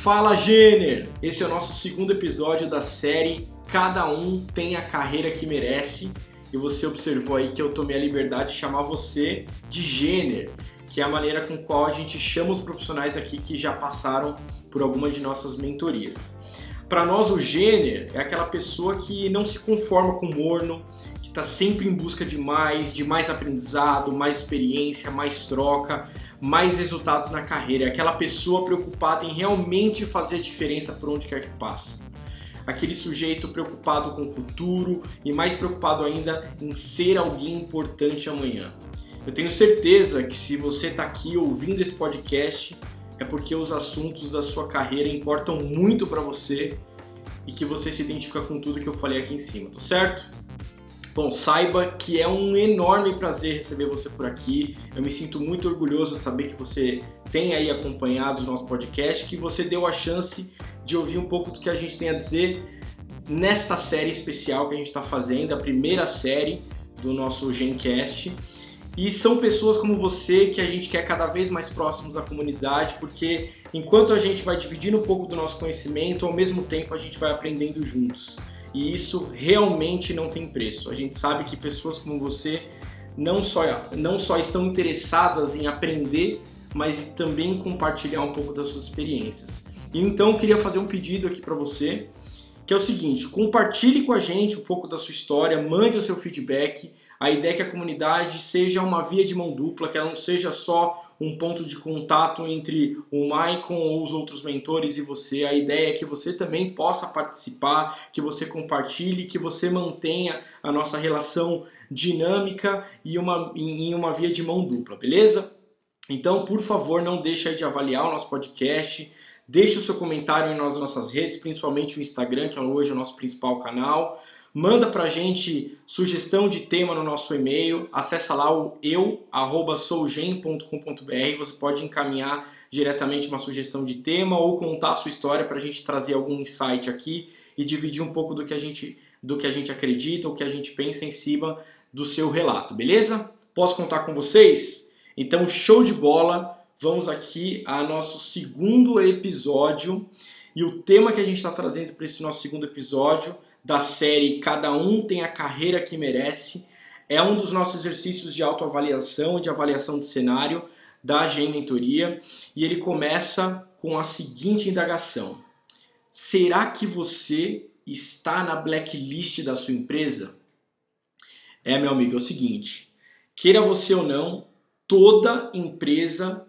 Fala, Gêner! Esse é o nosso segundo episódio da série Cada Um Tem a Carreira que Merece. E você observou aí que eu tomei a liberdade de chamar você de Gêner, que é a maneira com qual a gente chama os profissionais aqui que já passaram por alguma de nossas mentorias. Para nós, o Gêner é aquela pessoa que não se conforma com o morno, que está sempre em busca de mais aprendizado, mais experiência, mais troca, mais resultados na carreira. É aquela pessoa preocupada em realmente fazer a diferença por onde quer que passe. Aquele sujeito preocupado com o futuro e mais preocupado ainda em ser alguém importante amanhã. Eu tenho certeza que se você está aqui ouvindo esse podcast é porque os assuntos da sua carreira importam muito para você e que você se identifica com tudo que eu falei aqui em cima, tá certo? Bom, saiba que é um enorme prazer receber você por aqui. Eu me sinto muito orgulhoso de saber que você tem aí acompanhado o nosso podcast, que você deu a chance de ouvir um pouco do que a gente tem a dizer nesta série especial que a gente está fazendo, a primeira série do nosso Gencast. E são pessoas como você que a gente quer cada vez mais próximos da comunidade, porque enquanto a gente vai dividindo um pouco do nosso conhecimento, ao mesmo tempo a gente vai aprendendo juntos. E isso realmente não tem preço. A gente sabe que pessoas como você não só estão interessadas em aprender, mas também em compartilhar um pouco das suas experiências. E então eu queria fazer um pedido aqui para você, que é o seguinte: compartilhe com a gente um pouco da sua história, mande o seu feedback. A ideia é que a comunidade seja uma via de mão dupla, que ela não seja só um ponto de contato entre o Maicon ou os outros mentores e você. A ideia é que você também possa participar, que você compartilhe, que você mantenha a nossa relação dinâmica e em uma via de mão dupla, beleza? Então, por favor, não deixe aí de avaliar o nosso podcast. Deixe o seu comentário nas nossas redes, principalmente o Instagram, que é hoje o nosso principal canal. Manda pra gente sugestão de tema no nosso e-mail, acessa lá o eu@sougen.com.br, você pode encaminhar diretamente uma sugestão de tema ou contar a sua história pra gente trazer algum insight aqui e dividir um pouco do que a gente acredita, o que a gente pensa em cima do seu relato, beleza? Posso contar com vocês? Então, show de bola! Vamos aqui ao nosso segundo episódio e o tema que a gente está trazendo para esse nosso segundo episódio da série Cada Um Tem a Carreira que Merece é um dos nossos exercícios de autoavaliação e de avaliação de cenário da Gen Mentoria e ele começa com a seguinte indagação: será que você está na blacklist da sua empresa? Meu amigo, é o seguinte, queira você ou não, toda empresa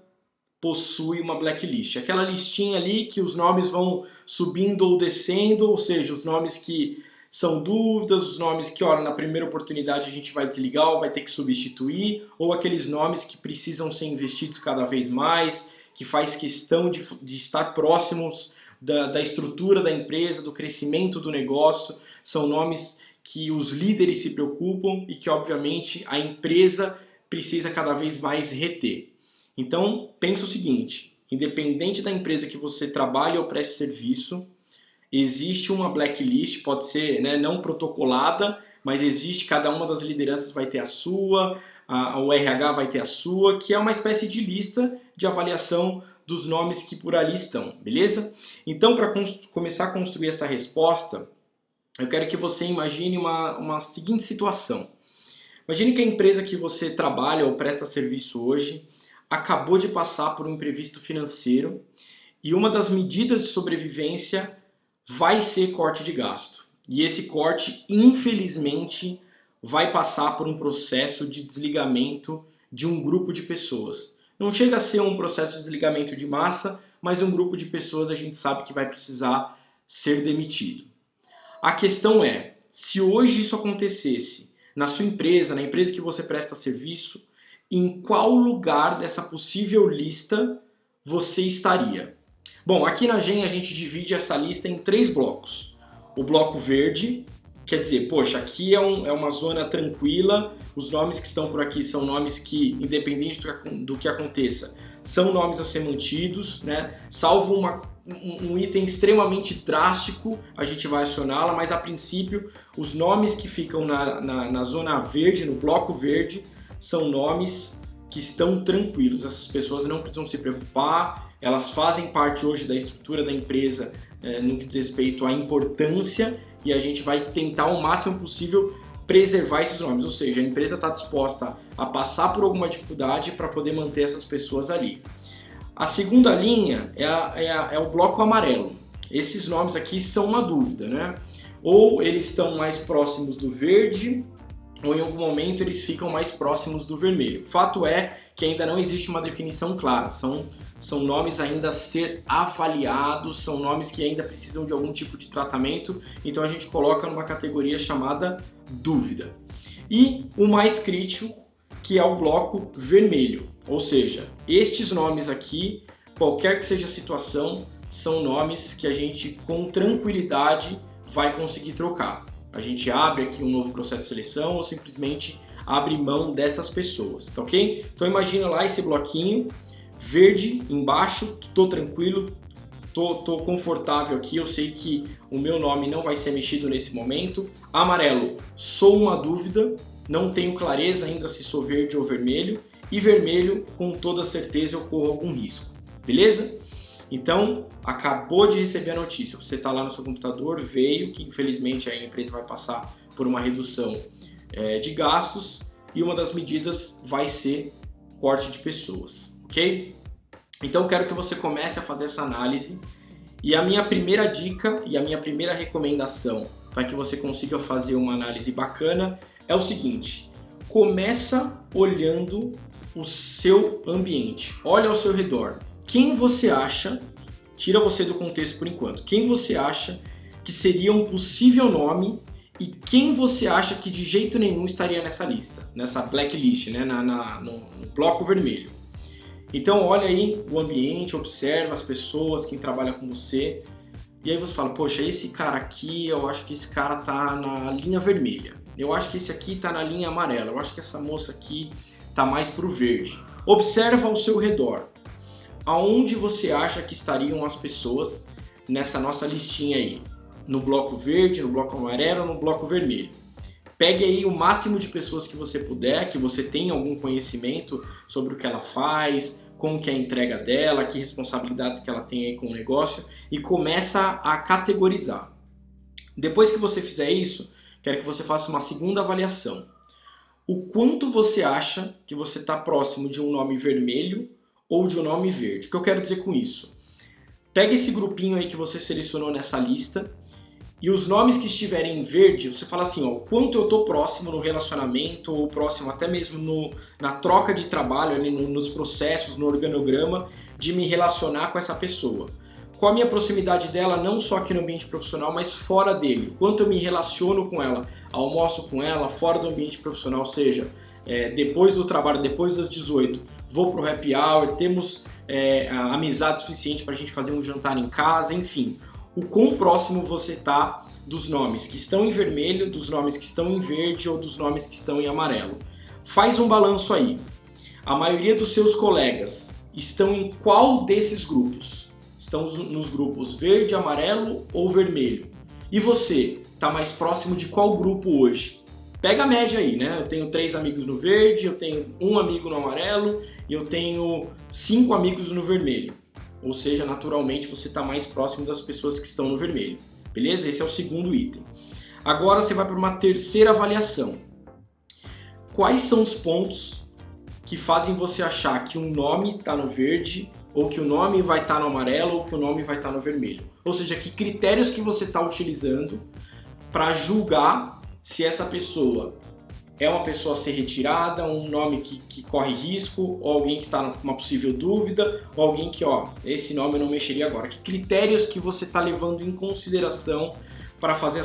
possui uma blacklist. Aquela listinha ali que os nomes vão subindo ou descendo, ou seja, os nomes que são dúvidas, os nomes que, na primeira oportunidade a gente vai desligar ou vai ter que substituir, ou aqueles nomes que precisam ser investidos cada vez mais, que faz questão de estar próximos da estrutura da empresa, do crescimento do negócio. São nomes que os líderes se preocupam e que, obviamente, a empresa precisa cada vez mais reter. Então, pensa o seguinte, independente da empresa que você trabalha ou preste serviço, existe uma blacklist, pode ser não protocolada, mas existe, cada uma das lideranças vai ter a sua, o RH vai ter a sua, que é uma espécie de lista de avaliação dos nomes que por ali estão, beleza? Então, para começar a construir essa resposta, eu quero que você imagine uma seguinte situação. Imagine que a empresa que você trabalha ou presta serviço hoje acabou de passar por um imprevisto financeiro e uma das medidas de sobrevivência vai ser corte de gasto. E esse corte, infelizmente, vai passar por um processo de desligamento de um grupo de pessoas. Não chega a ser um processo de desligamento de massa, mas um grupo de pessoas a gente sabe que vai precisar ser demitido. A questão é, se hoje isso acontecesse na sua empresa, na empresa que você presta serviço, em qual lugar dessa possível lista você estaria? Bom, aqui na Gen a gente divide essa lista em 3 blocos. O bloco verde, quer dizer, poxa, aqui é uma zona tranquila, os nomes que estão por aqui são nomes que, independente do que aconteça, são nomes a ser mantidos, salvo um item extremamente drástico, a gente vai acioná-la, mas a princípio os nomes que ficam na zona verde, no bloco verde, são nomes que estão tranquilos. Essas pessoas não precisam se preocupar, elas fazem parte hoje da estrutura da empresa no que diz respeito à importância, e a gente vai tentar o máximo possível preservar esses nomes, ou seja, a empresa está disposta a passar por alguma dificuldade para poder manter essas pessoas ali. A segunda linha é o bloco amarelo. Esses nomes aqui são uma dúvida, né? Ou eles estão mais próximos do verde, ou em algum momento eles ficam mais próximos do vermelho. Fato é que ainda não existe uma definição clara, são nomes ainda a ser avaliados, são nomes que ainda precisam de algum tipo de tratamento, então a gente coloca numa categoria chamada dúvida. E o mais crítico, que é o bloco vermelho, ou seja, estes nomes aqui, qualquer que seja a situação, são nomes que a gente com tranquilidade vai conseguir trocar. A gente abre aqui um novo processo de seleção ou simplesmente abre mão dessas pessoas, tá ok? Então imagina lá esse bloquinho verde embaixo, tô tranquilo, tô confortável aqui, eu sei que o meu nome não vai ser mexido nesse momento. Amarelo, sou uma dúvida, não tenho clareza ainda se sou verde ou vermelho. E vermelho, com toda certeza eu corro algum risco, beleza? Então, acabou de receber a notícia, você está lá no seu computador, veio que infelizmente a empresa vai passar por uma redução de gastos e uma das medidas vai ser corte de pessoas, ok? Então, quero que você comece a fazer essa análise e a minha primeira dica e a minha primeira recomendação para que você consiga fazer uma análise bacana é o seguinte: começa olhando o seu ambiente, olha ao seu redor. Quem você acha, tira você do contexto por enquanto, quem você acha que seria um possível nome e quem você acha que de jeito nenhum estaria nessa lista, nessa blacklist, né, no bloco vermelho. Então olha aí o ambiente, observa as pessoas, quem trabalha com você, e aí você fala, poxa, esse cara aqui, eu acho que esse cara tá na linha vermelha, eu acho que esse aqui tá na linha amarela, eu acho que essa moça aqui tá mais pro verde. Observa ao seu redor. Aonde você acha que estariam as pessoas nessa nossa listinha aí? No bloco verde, no bloco amarelo, no bloco vermelho. Pegue aí o máximo de pessoas que você puder, que você tenha algum conhecimento sobre o que ela faz, como que é a entrega dela, que responsabilidades que ela tem aí com o negócio e começa a categorizar. Depois que você fizer isso, quero que você faça uma segunda avaliação. O quanto você acha que você está próximo de um nome vermelho ou de um nome verde? O que eu quero dizer com isso? Pega esse grupinho aí que você selecionou nessa lista e os nomes que estiverem em verde, você fala assim, ó, o quanto eu estou próximo no relacionamento ou próximo até mesmo na troca de trabalho, ali nos processos, no organograma, de me relacionar com essa pessoa. Qual a minha proximidade dela, não só aqui no ambiente profissional, mas fora dele. Quanto eu me relaciono com ela, almoço com ela, fora do ambiente profissional, ou seja, depois do trabalho, depois das 18, vou pro happy hour, temos a amizade suficiente para a gente fazer um jantar em casa, enfim. O quão próximo você está dos nomes que estão em vermelho, dos nomes que estão em verde ou dos nomes que estão em amarelo. Faz um balanço aí. A maioria dos seus colegas estão em qual desses grupos? Estão nos grupos verde, amarelo ou vermelho? E você, está mais próximo de qual grupo hoje? Pega a média aí, né? Eu tenho 3 amigos no verde, eu tenho 1 amigo no amarelo e eu tenho 5 amigos no vermelho. Ou seja, naturalmente você está mais próximo das pessoas que estão no vermelho. Beleza? Esse é o segundo item. Agora você vai para uma terceira avaliação. Quais são os pontos que fazem você achar que um nome está no verde, ou que o nome vai estar no amarelo, ou que o nome vai estar no vermelho? Ou seja, que critérios que você está utilizando para julgar se essa pessoa é uma pessoa a ser retirada, um nome que corre risco, ou alguém que está com uma possível dúvida, ou alguém que, ó, esse nome eu não mexeria agora. Que critérios que você está levando em consideração para fazer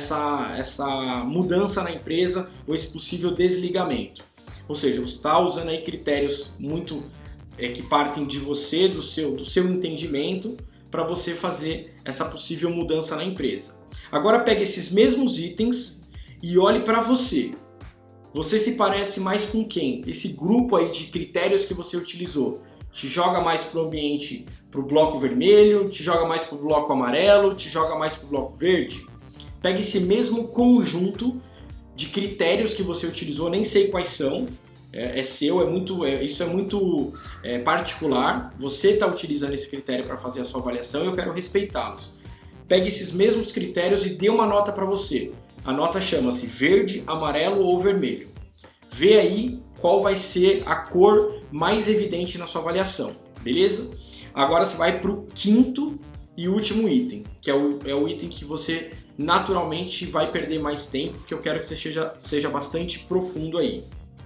essa mudança na empresa ou esse possível desligamento? Ou seja, você está usando aí critérios muito que partem de você, do seu entendimento, para você fazer essa possível mudança na empresa. Agora pega esses mesmos itens e olhe para você. Você se parece mais com quem? Esse grupo aí de critérios que você utilizou te joga mais para o ambiente, para o bloco vermelho, te joga mais para o bloco amarelo, te joga mais para o bloco verde? Pega esse mesmo conjunto de critérios que você utilizou, nem sei quais são, é seu, isso é muito particular. Você está utilizando esse critério para fazer a sua avaliação e eu quero respeitá-los. Pegue esses mesmos critérios e dê uma nota para você. A nota chama-se verde, amarelo ou vermelho. Vê aí qual vai ser a cor mais evidente na sua avaliação, beleza? Agora você vai para o quinto e último item, que é o item que você naturalmente vai perder mais tempo, porque eu quero que você seja bastante profundo aí.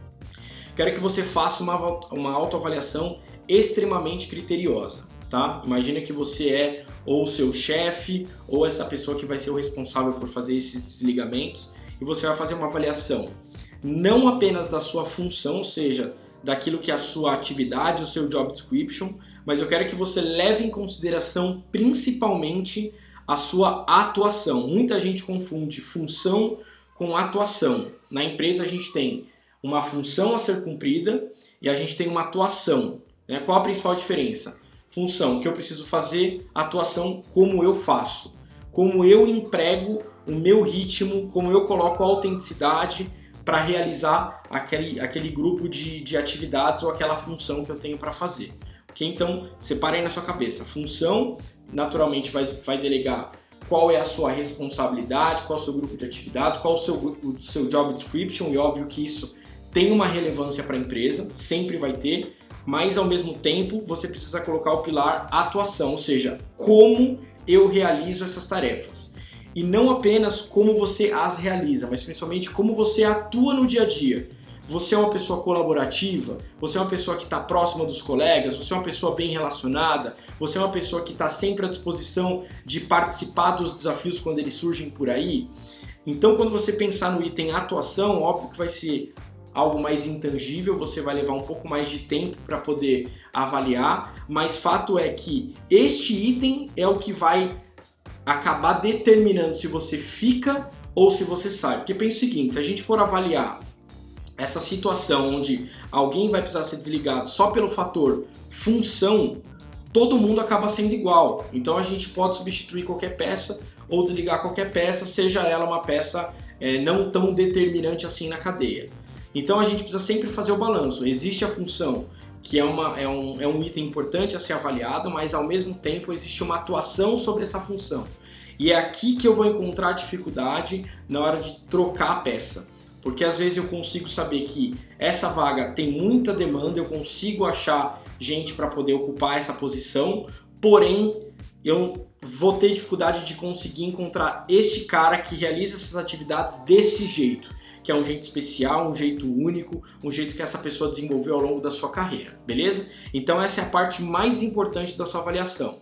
Quero que você faça uma autoavaliação extremamente criteriosa, tá? Imagina que você é ou o seu chefe ou essa pessoa que vai ser o responsável por fazer esses desligamentos e você vai fazer uma avaliação não apenas da sua função, ou seja, daquilo que é a sua atividade, o seu job description, mas eu quero que você leve em consideração principalmente a sua atuação. Muita gente confunde função com atuação. Na empresa a gente tem uma função a ser cumprida e a gente tem uma atuação. Né? Qual a principal diferença? Função, o que eu preciso fazer, atuação, como eu faço, como eu emprego o meu ritmo, como eu coloco a autenticidade para realizar aquele grupo de atividades ou aquela função que eu tenho para fazer. Okay? Então, separe aí na sua cabeça. Função, naturalmente, vai delegar qual é a sua responsabilidade, qual é o seu grupo de atividades, qual é o seu job description, e óbvio que isso tem uma relevância para a empresa, sempre vai ter, mas ao mesmo tempo você precisa colocar o pilar atuação, ou seja, como eu realizo essas tarefas. E não apenas como você as realiza, mas principalmente como você atua no dia a dia. Você é uma pessoa colaborativa? Você é uma pessoa que está próxima dos colegas? Você é uma pessoa bem relacionada? Você é uma pessoa que está sempre à disposição de participar dos desafios quando eles surgem por aí? Então, quando você pensar no item atuação, óbvio que vai ser algo mais intangível, você vai levar um pouco mais de tempo para poder avaliar, mas fato é que este item é o que vai acabar determinando se você fica ou se você sai. Porque pensa o seguinte, se a gente for avaliar essa situação onde alguém vai precisar ser desligado só pelo fator função, todo mundo acaba sendo igual. Então a gente pode substituir qualquer peça ou desligar qualquer peça, seja ela uma peça não tão determinante assim na cadeia. Então a gente precisa sempre fazer o balanço. Existe a função, que é um item importante a ser avaliado, mas ao mesmo tempo existe uma atuação sobre essa função. E é aqui que eu vou encontrar dificuldade na hora de trocar a peça. Porque às vezes eu consigo saber que essa vaga tem muita demanda, eu consigo achar gente para poder ocupar essa posição, porém eu vou ter dificuldade de conseguir encontrar este cara que realiza essas atividades desse jeito, que é um jeito especial, um jeito único, um jeito que essa pessoa desenvolveu ao longo da sua carreira, beleza? Então essa é a parte mais importante da sua avaliação.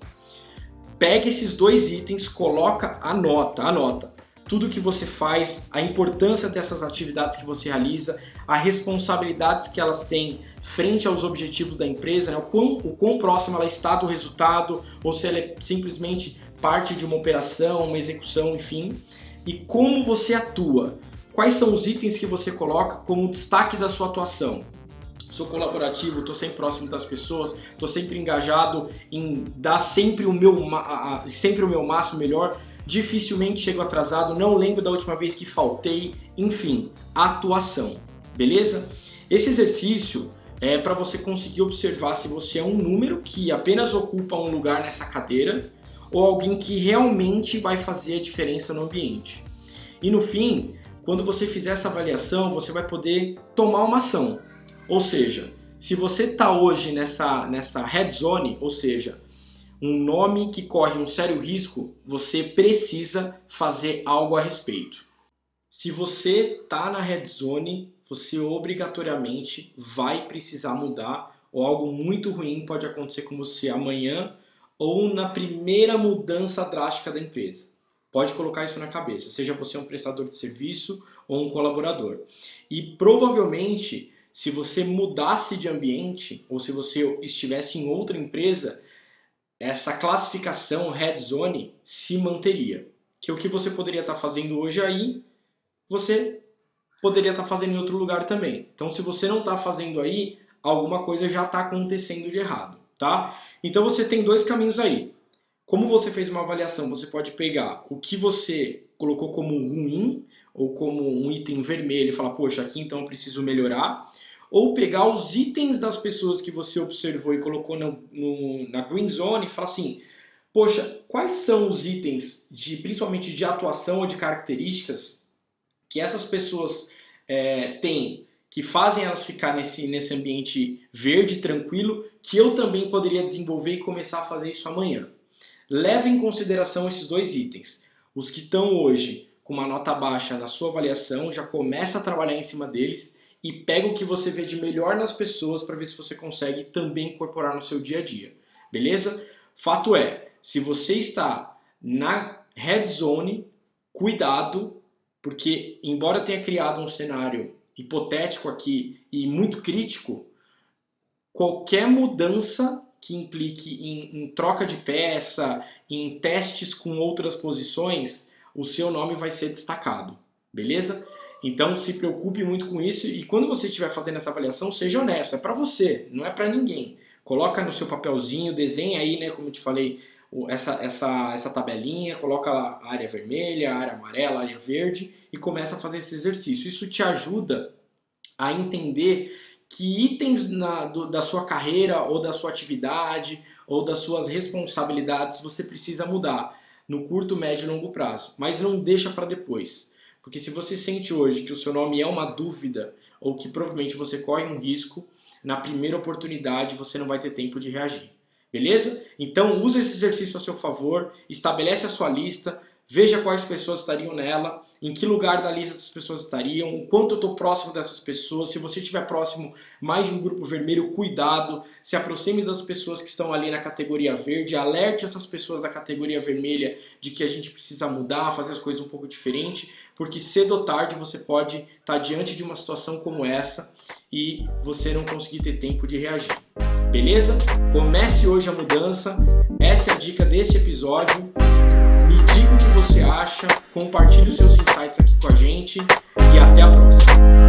Pega esses dois itens, coloca anota. Tudo que você faz, a importância dessas atividades que você realiza, as responsabilidades que elas têm frente aos objetivos da empresa, né? o quão próxima ela está do resultado, ou se ela é simplesmente parte de uma operação, uma execução, enfim. E como você atua. Quais são os itens que você coloca como destaque da sua atuação? Sou colaborativo, estou sempre próximo das pessoas, estou sempre engajado em dar sempre o meu máximo melhor, dificilmente chego atrasado, não lembro da última vez que faltei, enfim, atuação, beleza? Esse exercício é para você conseguir observar se você é um número que apenas ocupa um lugar nessa cadeira ou alguém que realmente vai fazer a diferença no ambiente. E no fim, quando você fizer essa avaliação, você vai poder tomar uma ação. Ou seja, se você está hoje nessa red zone, ou seja, um nome que corre um sério risco, você precisa fazer algo a respeito. Se você está na red zone, você obrigatoriamente vai precisar mudar, ou algo muito ruim pode acontecer com você amanhã ou na primeira mudança drástica da empresa. Pode colocar isso na cabeça, seja você um prestador de serviço ou um colaborador. E provavelmente, se você mudasse de ambiente ou se você estivesse em outra empresa, essa classificação red zone se manteria. Que o que você poderia estar fazendo hoje aí, você poderia estar fazendo em outro lugar também. Então, se você não está fazendo aí, alguma coisa já está acontecendo de errado, tá? Então, você tem dois caminhos aí. Como você fez uma avaliação, você pode pegar o que você colocou como ruim ou como um item vermelho e falar, poxa, aqui então eu preciso melhorar. ou pegar os itens das pessoas que você observou e colocou na Green Zone e falar assim, poxa, quais são os itens, principalmente de atuação ou de características, que essas pessoas têm, que fazem elas ficar nesse ambiente verde, tranquilo, que eu também poderia desenvolver e começar a fazer isso amanhã. Leve em consideração esses 2 itens. Os que estão hoje com uma nota baixa na sua avaliação, já começa a trabalhar em cima deles e pega o que você vê de melhor nas pessoas para ver se você consegue também incorporar no seu dia a dia. Beleza? Fato é, se você está na Red Zone, cuidado, porque embora eu tenha criado um cenário hipotético aqui e muito crítico, qualquer mudança que implique em troca de peça, em testes com outras posições, o seu nome vai ser destacado, beleza? Então se preocupe muito com isso e quando você estiver fazendo essa avaliação, seja honesto, é para você, não é para ninguém. Coloca no seu papelzinho, desenha aí, né, como eu te falei, essa tabelinha, coloca lá a área vermelha, a área amarela, a área verde e começa a fazer esse exercício. Isso te ajuda a entender que itens da sua carreira ou da sua atividade ou das suas responsabilidades você precisa mudar no curto, médio e longo prazo. Mas não deixa para depois. Porque se você sente hoje que o seu nome é uma dúvida ou que provavelmente você corre um risco, na primeira oportunidade você não vai ter tempo de reagir. Beleza? Então usa esse exercício a seu favor, estabelece a sua lista, veja quais pessoas estariam nela, em que lugar da lista essas pessoas estariam, o quanto eu estou próximo dessas pessoas. Se você estiver próximo mais de um grupo vermelho, cuidado, se aproxime das pessoas que estão ali na categoria verde, alerte essas pessoas da categoria vermelha de que a gente precisa mudar, fazer as coisas um pouco diferente, porque cedo ou tarde você pode estar diante de uma situação como essa e você não conseguir ter tempo de reagir. Beleza? Comece hoje a mudança, essa é a dica desse episódio. Me diga o que você acha, compartilhe os seus insights aqui com a gente e até a próxima.